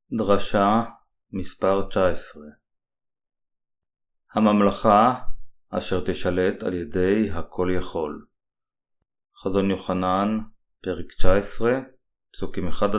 דרשה מספר 19. הממלכה אשר תשלט על ידי הכל יכול. חזון יוחנן, פרק 19, פסוקים 1-21.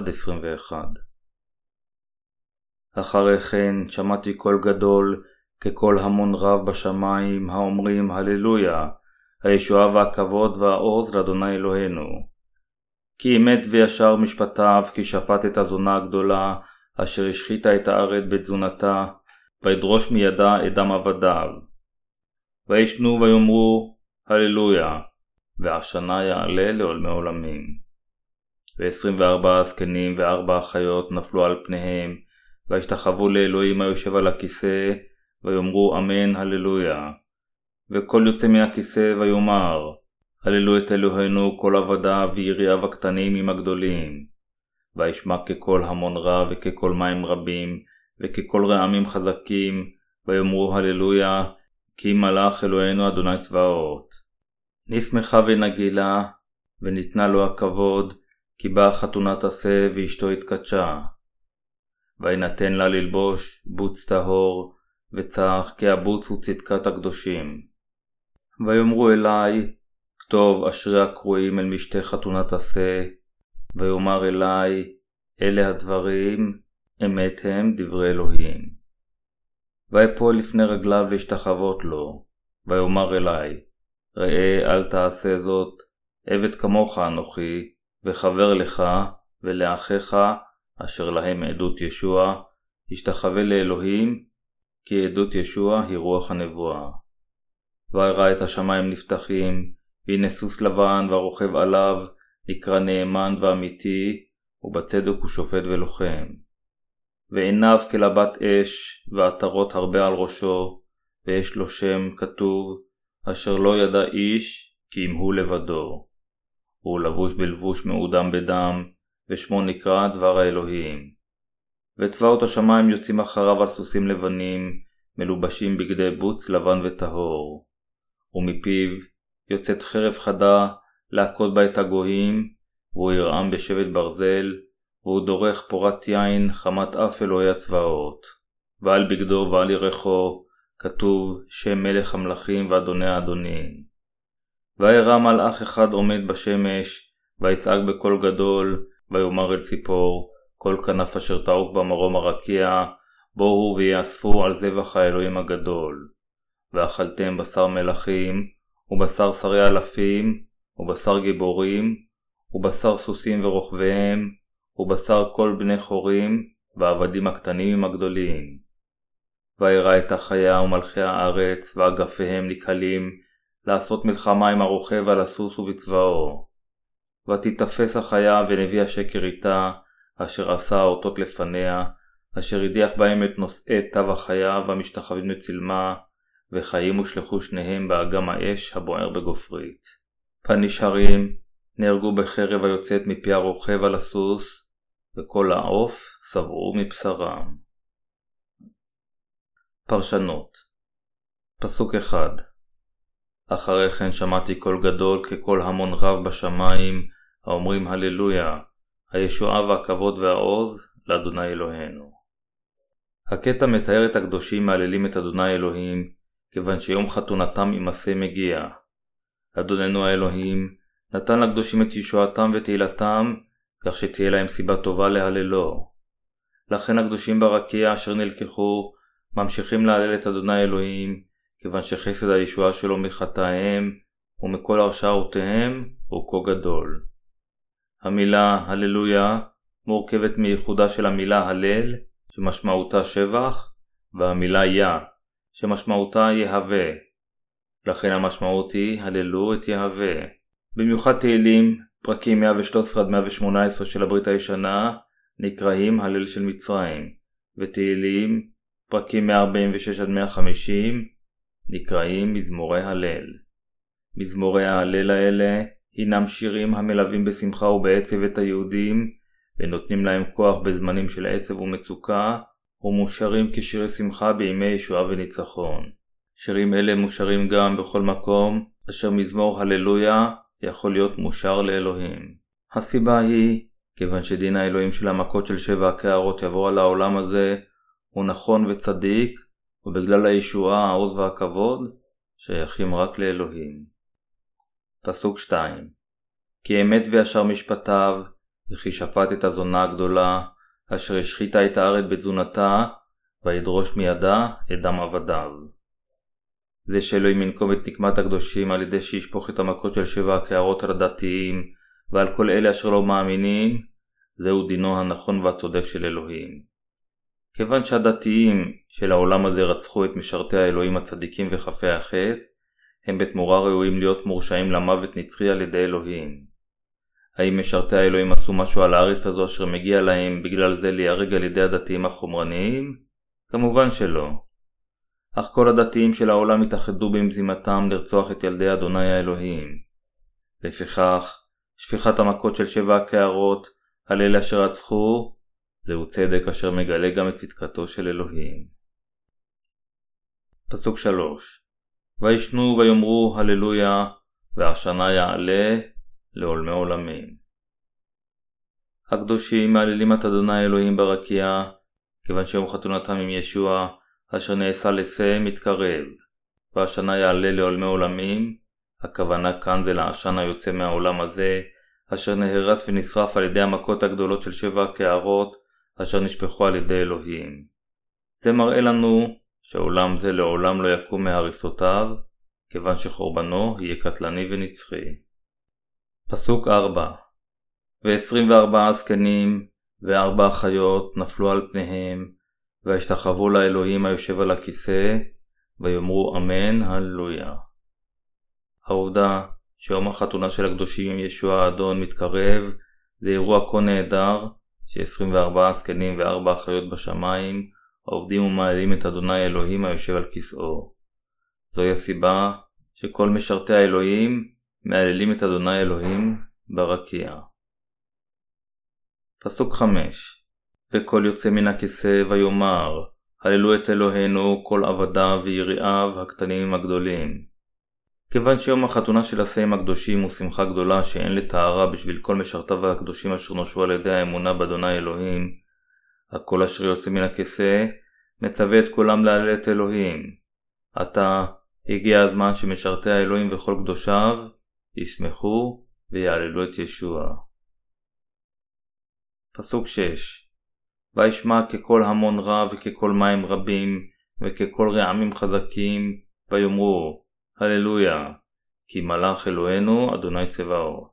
אחרי כן שמעתי קול גדול כקול המון רב בשמיים האומרים הללויה, הישועה והכבוד והעוז לאדוני אלוהינו. כי אמת וישר משפטיו, כי שפט את הזונה הגדולה אשר השחיתה את הארץ בתזונתה, וידרוש מידה את דם עבדיו. וישנו ויאמרו הללויה, והשנה יעלה לעולמי עולמים. ו24 הזקנים ו4 אחיות נפלו על פניהם, וישתחוו לאלוהים היושב על הכיסא, ויאמרו אמן הללויה. וכל יוצא מן הכיסא ויאמר הללו את אלוהינו כל עבדיו ויריעיו הקטנים עם הגדולים. וישמע כקול המון רב וכקול מים רבים וכקול רעמים חזקים, ויאמרו הללויה, כי מלך אלוהינו אדוני צבאות. נשמחה ונגילה, וניתנה לו הכבוד, כי באה חתונת עשה ואשתו התקדשה. וינתן לה ללבוש בוץ טהור וצח, כי הבוץ הוא צדקת הקדושים. ויאמרו אלי, כתוב אשרי הקרואים אל משתה חתונת עשה. ויאמר אלי, אלה הדברים, אמת הם דברי אלוהים. ויפול לפני רגליו להשתחוות לו. ויאמר אלי, ראה אל תעשה זאת, עבד כמוך אנוכי, וחבר לך ולאחיך, אשר להם עדות ישוע, השתחווה לאלוהים, כי עדות ישוע היא רוח הנבואה. וירא את השמיים נפתחים, והנה סוס לבן והרוכב עליו, נקרא נאמן ואמיתי, ובצדק הוא שופט ולוחם. ועיניו כלבת אש, ועטרות הרבה על ראשו, ויש לו שם כתוב, אשר לא ידע איש, כי אם הוא לבדו. והוא לבוש בלבוש מעודם בדם, ושמו נקרא דבר האלוהים. וצבאות השמיים יוצאים אחריו על סוסים לבנים, מלובשים בגדי בוץ לבן וטהור. ומפיו יוצאת חרב חדה, להכות בה את הגויים, והוא ירעם בשבט ברזל, והוא דורך פורת יין חמת אף אלוהי הצבאות. ועל בגדו ועל ירחו כתוב שם מלך המלכים ואדוני האדונים. וירא מלאך אחד עומד בשמש, ויצעק בקול גדול, ויאמר אל ציפור, כל כנף אשר תעוף במרום הרקיע, בואו ויאספו על זבח האלוהים הגדול. ואכלתם בשר מלכים, ובשר שרי אלפים, ובשר גיבורים, ובשר סוסים ורוכביהם, ובשר כל בני חורים, והעבדים הקטנים עם הגדולים. וירא את החיה ומלכי הארץ, ואגפיהם נקהלים, לעשות מלחמה עם הרוכב על הסוס ובצבאו. ותתפס החיה ונביא השקר איתה, אשר עשה אותות לפניה, אשר הדיח בהם את נושאי תו החיה והמשתחווים לצלמה, וחיים ושלחו שניהם באגם האש הבוער בגופרית. והנשארים נהרגו בחרב היוצאת מפי הרוכב על הסוס, וכל העוף שבעו מבשרם. פרשנות. פסוק 1. אחרי כן שמעתי קול גדול כקול המון רב בשמיים, האומרים הללויה, הישועה והכבוד והעוז לאדוני אלוהינו. הקטע מתאר את הקדושים מהללים את אדוני אלוהים, כיוון שיום חתונתם עם עשה מגיע. אדוננו האלוהים נתן לקדושים את ישועתם ותהילתם, כך שתהיה להם סיבה טובה להללו. לכן הקדושים ברקיע אשר נלקחו ממשיכים להלל את אדוני אלוהים, כיוון שחסד הישועה שלו מחטאיהם ומכל הרשעותיהם הוא כה גדול. המילה הללויה מורכבת מייחודה של המילה הלל, שמשמעותה שבח, והמילה יה, שמשמעותה יהווה. לכן המשמעות היא הללו את יהווה. במיוחד תהילים, פרקים 113-118 של הברית הישנה, נקראים הלל של מצרים, ותהילים, פרקים 146-150, נקראים מזמורי הלל. מזמורי ההלל האלה הינם שירים המלווים בשמחה ובעצב את היהודים, ונותנים להם כוח בזמנים של עצב ומצוקה, ומושרים כשירי שמחה בימי ישועה וניצחון. שירים אלה מושרים גם בכל מקום, אשר מזמור הללויה יכול להיות מושר לאלוהים. הסיבה היא כיוון שדין האלוהים של המכות של 7 הקערות יבוא על העולם הזה, הוא נכון וצדיק, ובגלל הישועה, העוז והכבוד, שייכים רק לאלוהים. פסוק 2. כי אמת וישר משפטיו, וכי שפט את הזונה הגדולה, אשר השחיתה את הארץ בתזונתה, וידרוש מידה את דם עבדיו. זה שאלוהים ינקום את נקמת הקדושים על ידי שישפוך את המכות של 7 הקערות על הדתיים, ועל כל אלה אשר לא מאמינים, זהו דינו הנכון והצודק של אלוהים. כיוון שהדתיים של העולם הזה רצחו את משרתי האלוהים הצדיקים וחפי החטא, הם בתמורה ראויים להיות מורשעים למוות נצחי על ידי אלוהים. האם משרתי האלוהים עשו משהו על הארץ הזו אשר מגיע להם בגלל זה להיהרג על ידי הדתיים החומרניים? כמובן שלא. אך כל הדתיים של העולם התאחדו במזימתם לרצוח את ילדי אדוני האלוהים. לפיכך, שפיכת המכות של 7 הקערות על אלה אשר רצחו, זהו צדק אשר מגלה גם את צדקתו של אלוהים. פסוק 3. וישנו ויאמרו הללויה, והשנה יעלה לעולמי עולמים. הקדושים מעללים את אדוני אלוהים ברקיע, כיוון שיום חתונתם עם ישוע, אשר נעשה לסה מתקרב, והשנה יעלה לעולמי עולמים. הכוונה כאן זה לעשן היוצא מהעולם הזה, אשר נהרס ונשרף על ידי המכות הגדולות של 7 הקערות, אשר נשפכו על ידי אלוהים. זה מראה לנו שהעולם זה לעולם לא יקום מהריסותיו, כיוון שחורבנו יהיה קטלני ונצחי. פסוק 4. ו24 זקנים ו4 אחיות נפלו על פניהם, והשתחוו לאלוהים היושב על הכיסא, ויאמרו אמן הללויה. העובדה שיום החתונה של הקדושים עם ישוע האדון מתקרב, זה אירוע כה נהדר, ש24 זקנים ו4 אחיות בשמיים עובדים ומעלים את אדוני אלוהים היושב על כיסאו. זוהי הסיבה שכל משרתי האלוהים מעללים את אדוני אלוהים ברקיע. פסוק 5. וכל יוצא מן הכיסא ויאמר, הללו את אלוהינו כל עבדיו ויראיו הקטנים עם הגדולים. כיוון שיום החתונה של הסאים הקדושים הוא שמחה גדולה שאין לטהרה בשביל כל משרתיו הקדושים אשר נושעו על ידי האמונה באדוני אלוהים, הקול אשר יוצא מן הכיסא מצווה את כולם להלל את אלוהים. עתה הגיע הזמן שמשרתי האלוהים וכל קדושיו ישמחו ויעללו את ישוע. פסוק 6. וישמע ככל המון רב וככל מים רבים וככל רעמים חזקים, ויאמרו הללויה, כי מלך אלוהינו אדוני צבאות.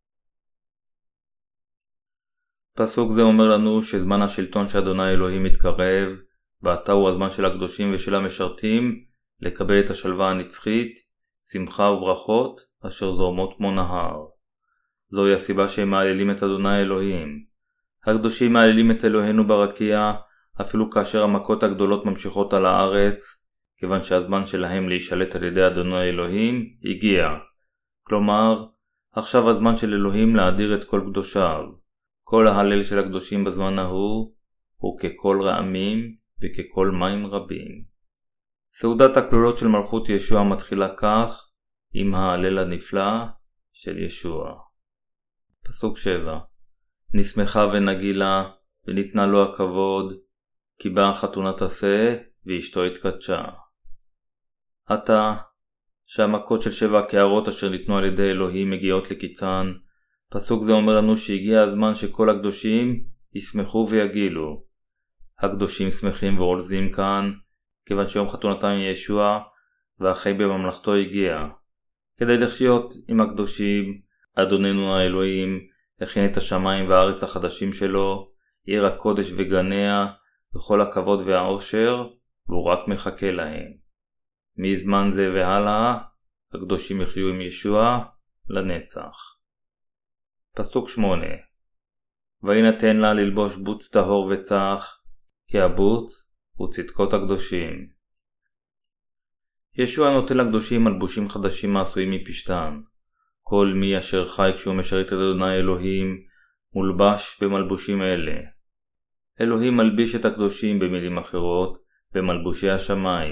פסוק זה אומר לנו שזמן השלטון שאדוני אלוהים מתקרב, ועתה הוא הזמן של הקדושים ושל המשרתים לקבל את השלווה הנצחית, שמחה וברכות אשר זורמות כמו נהר. זוהי הסיבה שהם מעללים את אדוני אלוהים. הקדושים מעללים את אלוהינו ברקיע אפילו כאשר המכות הגדולות ממשיכות על הארץ, כיוון שהזמן שלהם להישלט על ידי אדוני אלוהים הגיע. כלומר, עכשיו הזמן של אלוהים להאדיר את כל קדושיו. כל ההלל של הקדושים בזמן ההוא הוא ככל רעמים וככל מים רבים. סעודת הכלולות של מלכות ישוע מתחילה כך עם ההלל הנפלא של ישוע. פסוק 7. נשמחה ונגילה וניתנה לו הכבוד, כי באה חתונת עשה ואשתו התקדשה. עתה שהמכות של 7 הקערות אשר ניתנו על ידי אלוהים מגיעות לקיצן, פסוק זה אומר לנו שהגיע הזמן שכל הקדושים ישמחו ויגילו. הקדושים שמחים ועולזים כאן, כיוון שיום חתונתם עם ישוע והחי בממלכתו הגיע. כדי לחיות עם הקדושים, אדוננו האלוהים הכין את השמיים והארץ החדשים שלו, עיר הקודש וגניה, וכל הכבוד והעושר, והוא רק מחכה להם. מזמן זה והלאה, הקדושים יחיו עם ישוע לנצח. פסוק 8. וינתן לה ללבוש בוץ טהור וצח, כי הבוץ הוא צדקות הקדושים. ישוע נותן לקדושים מלבושים חדשים מעשויים מפשתן. כל מי אשר חי כשהוא משרת את אדוני אלוהים מולבש במלבושים אלה. אלוהים מלביש את הקדושים במילים אחרות במלבושי השמיים.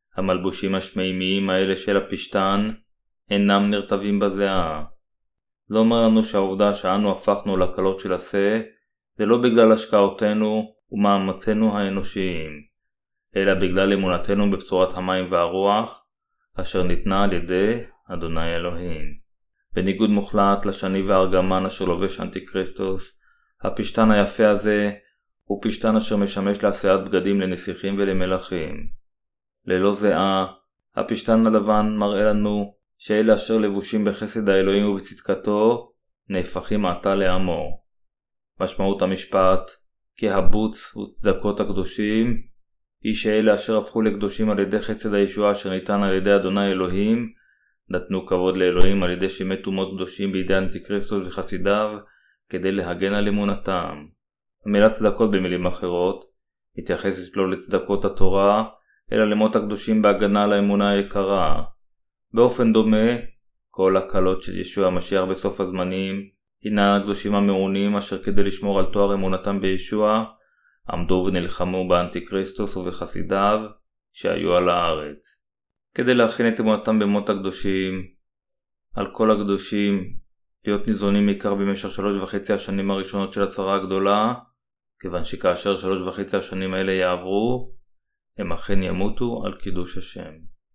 המלבושים השמימיים האלה של הפשתן אינם נרטבים בזיעה. זה אומר לנו שהעובדה שאנו הפכנו לקלות של עשה, זה לא בגלל השקעותינו ומאמצינו האנושיים, אלא בגלל אמונתנו בבשורת המים והרוח, אשר ניתנה על ידי אדוני אלוהים. בניגוד מוחלט לשני והארגמן אשר לובש אנטיקריסטוס, הפשטן היפה הזה הוא פשטן אשר משמש לעשיית בגדים לנסיכים ולמלכים. ללא זהה, הפשטן הלבן מראה לנו שאלה אשר לבושים בחסד האלוהים ובצדקתו, נהפכים עתה לעמו. משמעות המשפט, כי הבוץ וצדקות הקדושים, היא שאלה אשר הפכו לקדושים על ידי חסד הישועה אשר ניתן על ידי אדוני אלוהים, נתנו כבוד לאלוהים על ידי שמתו מות קדושים בידי אנטיקריסטוס וחסידיו, כדי להגן על אמונתם. המילה צדקות במילים אחרות, מתייחסת לא לצדקות התורה, אלא למות הקדושים בהגנה על האמונה היקרה. באופן דומה, כל הקלות של ישוע המשיח בסוף הזמנים, הנה הקדושים המעונים אשר כדי לשמור על תואר אמונתם בישוע, עמדו ונלחמו באנטיקריסטוס ובחסידיו שהיו על הארץ. כדי להכין את אמונתם במות הקדושים, על כל הקדושים להיות ניזונים עיקר במשך 3.5 השנים הראשונות של הצרה הגדולה, כיוון שכאשר 3.5 השנים האלה יעברו, הם אכן ימותו על קידוש השם.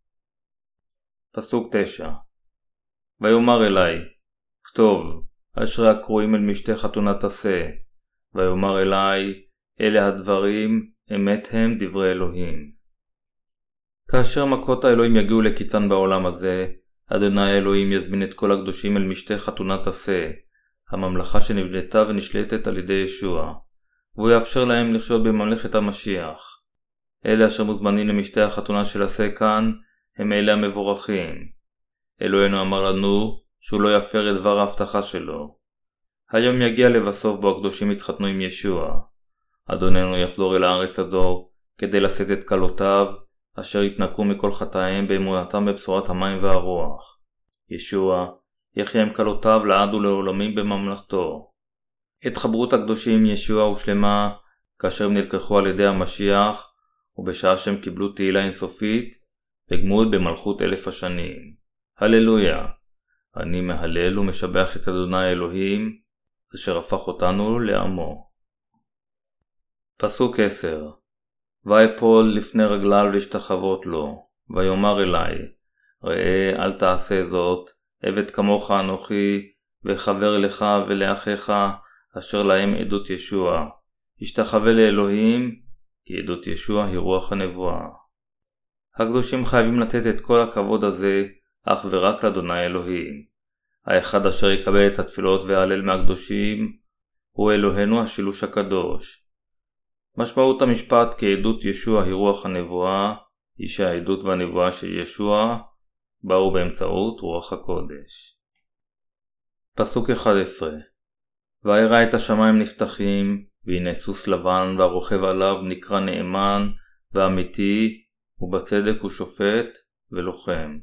פסוק 9. ויאמר אלי, כתוב, אשרי הקרואים אל משתה חתונת עשה. ויאמר אלי, אלה הדברים, אמת הם דברי אלוהים. כאשר מכות האלוהים יגיעו לקיצן בעולם הזה, אדוני אלוהים יזמין את כל הקדושים אל משתה חתונת עשה, הממלכה שנבנתה ונשלטת על ידי ישוע, והוא יאפשר להם לחיות בממלכת המשיח. אלה אשר מוזמנים למשתה החתונה של עשה כאן, הם אלה המבורכים. אלוהינו אמר לנו שהוא לא יפר את דבר ההבטחה שלו. היום יגיע לבסוף בו הקדושים יתחתנו עם ישוע. אדוננו יחזור אל הארץ הזו כדי לשאת את כלותיו, אשר יתנקו מכל חטאיהם באמונתם בבשורת המים והרוח. ישוע יחיה עם כלותיו לעד ולעולמים בממלכתו. התחברות הקדושים עם ישוע הושלמה כאשר הם נלקחו על ידי המשיח, ובשעה שהם קיבלו תהילה אינסופית וגמול במלכות 1000 השנים. הללויה. אני מהלל ומשבח את אדוני האלוהים, אשר הפך אותנו לעמו. פסוק 10. ויפול לפני רגליו להשתחוות לו, ויאמר אלי, ראה אל תעשה זאת, עבד כמוך אנוכי, וחבר לך ולאחיך, אשר להם עדות ישוע. השתחווה לאלוהים, כי עדות ישוע היא רוח הנבואה. הקדושים חייבים לתת את כל הכבוד הזה, אך ורק לאדוני אלוהים. האחד אשר יקבל את התפילות וההלל מהקדושים, הוא אלוהינו השילוש הקדוש. משמעות המשפט כעדות ישוע היא רוח הנבואה, היא שהעדות והנבואה של ישוע באו באמצעות רוח הקודש. פסוק 11. וירא את השמיים נפתחים, והנה סוס לבן והרוכב עליו נקרא נאמן ואמיתי, ובצדק הוא שופט ולוחם.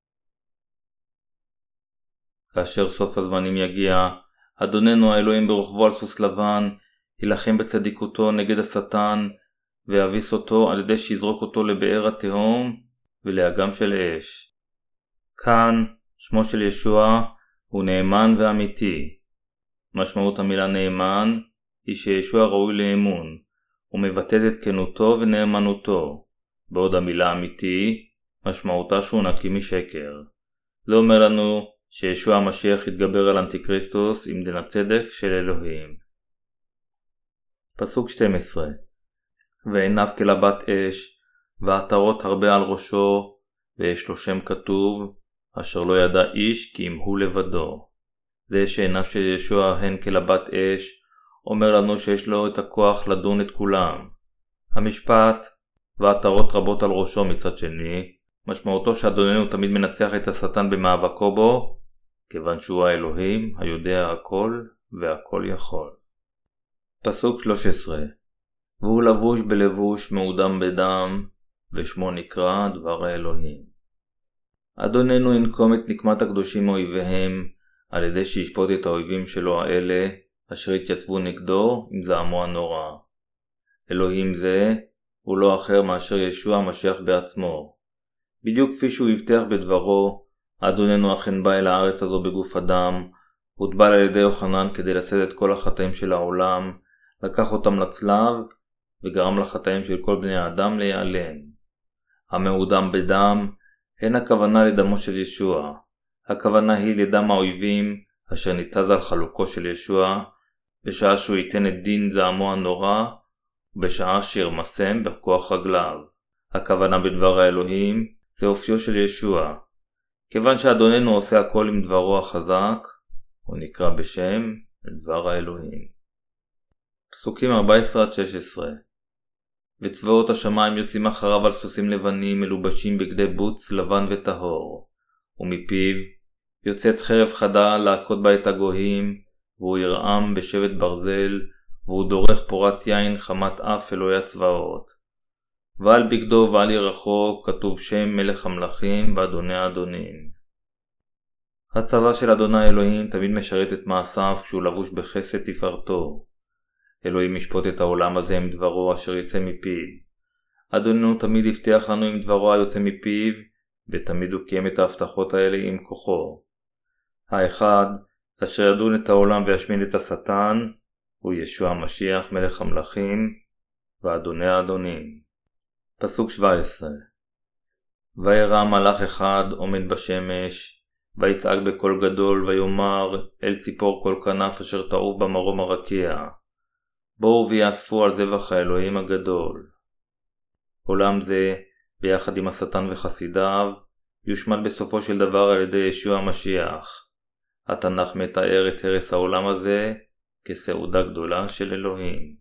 כאשר סוף הזמנים יגיע, אדוננו האלוהים ברוכבו על סוס לבן ילחם בצדיקותו נגד השטן, ויביס אותו על ידי שיזרוק אותו לבאר התהום ולאגם של אש. כאן שמו של ישוע הוא נאמן ואמיתי. משמעות המילה נאמן היא שישוע ראוי לאמון, ומבטאת את כנותו ונאמנותו, בעוד המילה אמיתי משמעותה שהוא נקי משקר. זה אומר לנו שישוע המשיח יתגבר על אנטיקריסטוס עם דין הצדק של אלוהים. פסוק 12. ועיניו כלבת אש, ועטרות הרבה על ראשו, ויש לו שם כתוב, אשר לא ידע איש כי אם הוא לבדו. זה שעיניו של ישוע הן כלבת אש, אומר לנו שיש לו את הכוח לדון את כולם. המשפט, ועטרות רבות על ראשו מצד שני, משמעותו שאדוננו תמיד מנצח את השטן במאבקו בו, כיוון שהוא האלוהים היודע הכל והכל יכול. פסוק 13. והוא לבוש בלבוש מעודם בדם, ושמו נקרא דבר האלוהים. אדוננו ינקום את נקמת הקדושים מאויביהם, על ידי שישפוט את האויבים שלו האלה, אשר התייצבו נגדו עם זעמו הנורא. אלוהים זה הוא לא אחר מאשר ישוע המשיח בעצמו. בדיוק כפי שהוא הבטיח בדברו, אדוננו אכן בא אל הארץ הזו בגוף אדם, הוטבל על ידי יוחנן כדי לשאת את כל החטאים של העולם, לקח אותם לצלב וגרם לחטאים של כל בני האדם להיעלם. המעודם בדם אין הכוונה לדמו של ישוע, הכוונה היא לדם האויבים אשר ניתז על חלוקו של ישוע בשעה שהוא ייתן את דין זעמו הנורא ובשעה שירמסם בכוח רגליו. הכוונה בדבר האלוהים זה אופיו של ישוע. כיוון שאדוננו עושה הכל עם דברו החזק, הוא נקרא בשם דבר האלוהים. פסוקים 14-16 וצבאות השמיים יוצאים אחריו על סוסים לבנים מלובשים בגדי בוץ לבן וטהור, ומפיו יוצאת חרב חדה להכות בה את הגויים, והוא ירעם בשבט ברזל, והוא דורך פורת יין חמת אף אלוהי הצבאות. ועל בגדו ועל ירחו כתוב שם מלך המלכים ואדוני האדונים. הצבא של אדוני אלוהים תמיד משרת את מעשיו כשהוא לבוש בחסד תפארתו. אלוהים ישפוט את העולם הזה עם דברו אשר יצא מפיו. אדוננו תמיד הבטיח לנו עם דברו היוצא מפיו, ותמיד הוא קיים את ההבטחות האלה עם כוחו. האחד אשר ידון את העולם וישמיד את השטן הוא ישוע המשיח מלך המלכים ואדוני האדונים. פסוק 17 וירא מלאך אחד עומד בשמש, ויצעק בקול גדול ויאמר אל ציפור כל כנף אשר תעוף במרום הרקיע, בואו ויאספו על זבח האלוהים הגדול. עולם זה ביחד עם השטן וחסידיו יושמד בסופו של דבר על ידי ישוע המשיח. התנ"ך מתאר את הרס העולם הזה כסעודה גדולה של אלוהים.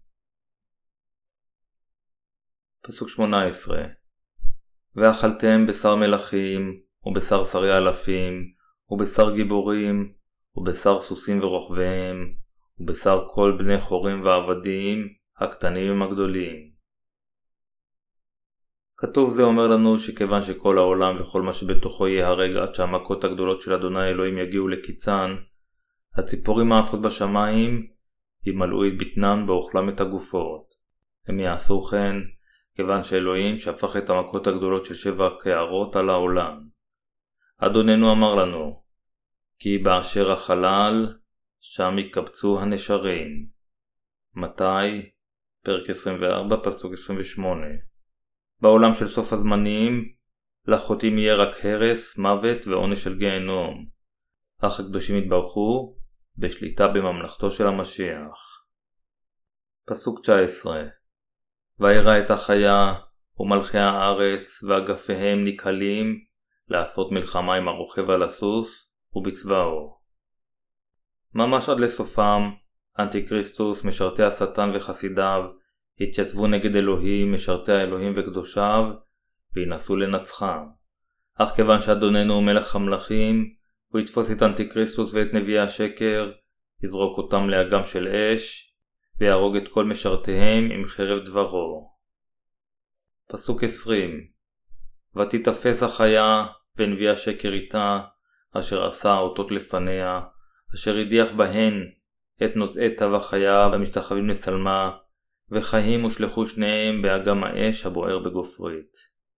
פסוק 18 ואכלתם בשר מלכים ובשר שרי אלפים ובשר גיבורים ובשר סוסים ורוכביהם ובשר כל בני חורים ועבדים הקטנים והגדולים. כתוב זה אומר לנו שכיוון שכל העולם וכל מה שבתוכו ייהרג עד שהמכות הגדולות של אדוני אלוהים יגיעו לקיצן, הציפורים העפות בשמיים ימלאו את בטנן באוכלם את הגופות. הם יעשו כן כיוון שאלוהים שפך את המכות הגדולות של 7 קערות על העולם. אדוננו אמר לנו כי באשר החלל שם יקבצו הנשרים. מתי? פרק 24 פסוק 28. בעולם של סוף הזמנים לחוטאים יהיה רק הרס, מוות ועונש של גיהנום, אך הקדושים יתברכו בשליטה בממלכתו של המשיח. פסוק 19 וירא את החיה ומלכי הארץ ואגפיהם נקהלים לעשות מלחמה עם הרוכב על הסוס ובצבאו. ממש עד לסופם אנטיקריסטוס משרתי השטן וחסידיו התייצבו נגד אלוהים משרתי האלוהים וקדושיו וינסו לנצחם. אך כיוון שאדוננו הוא מלך המלכים, הוא יתפוס את אנטיקריסטוס ואת נביאי השקר, יזרוק אותם לאגם של אש ויהרוג את כל משרתיהם עם חרב דברו. פסוק 20 ותתפס החיה ונביאי השקר איתה אשר עשה אותות לפניה, אשר הדיח בהן את נושאי תו החיה והמשתחווים לצלמה, וחיים ושלחו שניהם באגם האש הבוער בגופרית.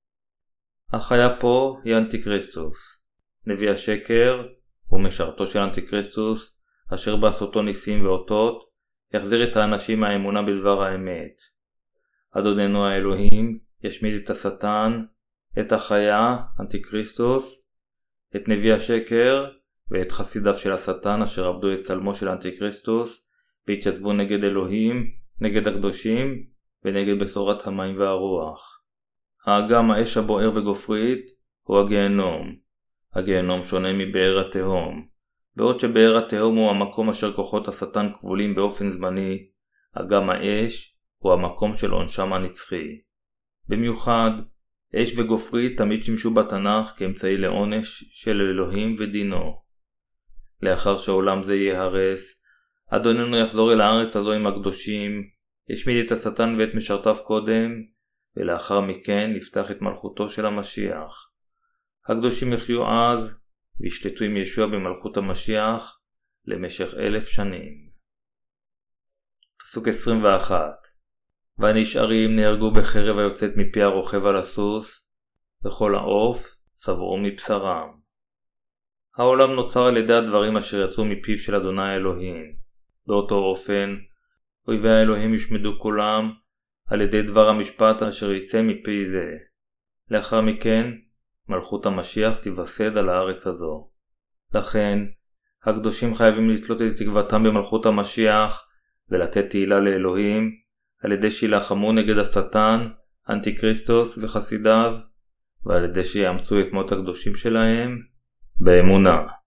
החיה פה היא אנטיקריסטוס. נביא השקר הוא משרתו של אנטיקריסטוס, אשר בעשותו ניסים ואותות יחזיר את האנשים מהאמונה בדבר האמת. אדוננו האלוהים ישמיד את השטן, את החיה, אנטיקריסטוס, את נביא השקר ואת חסידיו של השטן אשר עבדו את צלמו של אנטיקריסטוס והתייצבו נגד אלוהים, נגד הקדושים ונגד בשורת המים והרוח. האגם האש הבוער בגופרית הוא הגיהנום. הגיהנום שונה מבאר התהום. בעוד שבאר התהום הוא המקום אשר כוחות השטן כבולים באופן זמני, אגם האש הוא המקום של עונשם הנצחי. במיוחד, אש וגופרית תמיד שימשו בתנ"ך כאמצעי לעונש של אלוהים ודינו. לאחר שהעולם זה ייהרס, אדוננו יחזור אל הארץ הזו עם הקדושים, ישמיד את השטן ואת משרתיו קודם, ולאחר מכן יפתח את מלכותו של המשיח. הקדושים יחיו אז וישלטו עם ישוע במלכות המשיח למשך 1000 שנים. פסוק 21 והנשארים נהרגו בחרב היוצאת מפי הרוכב על הסוס, וכל העוף שבעו מבשרם. העולם נוצר על ידי הדברים אשר יצאו מפיו של אדוני אלוהים. באותו אופן, אויבי האלוהים ישמדו כולם על ידי דבר המשפט אשר יצא מפי זה. לאחר מכן, מלכות המשיח תיווסד על הארץ הזו. לכן, הקדושים חייבים לתלות את תקוותם במלכות המשיח ולתת תהילה לאלוהים על ידי שילחמו נגד השטן, אנטיקריסטוס וחסידיו, ועל ידי שיאמצו את מות הקדושים שלהם באמונה.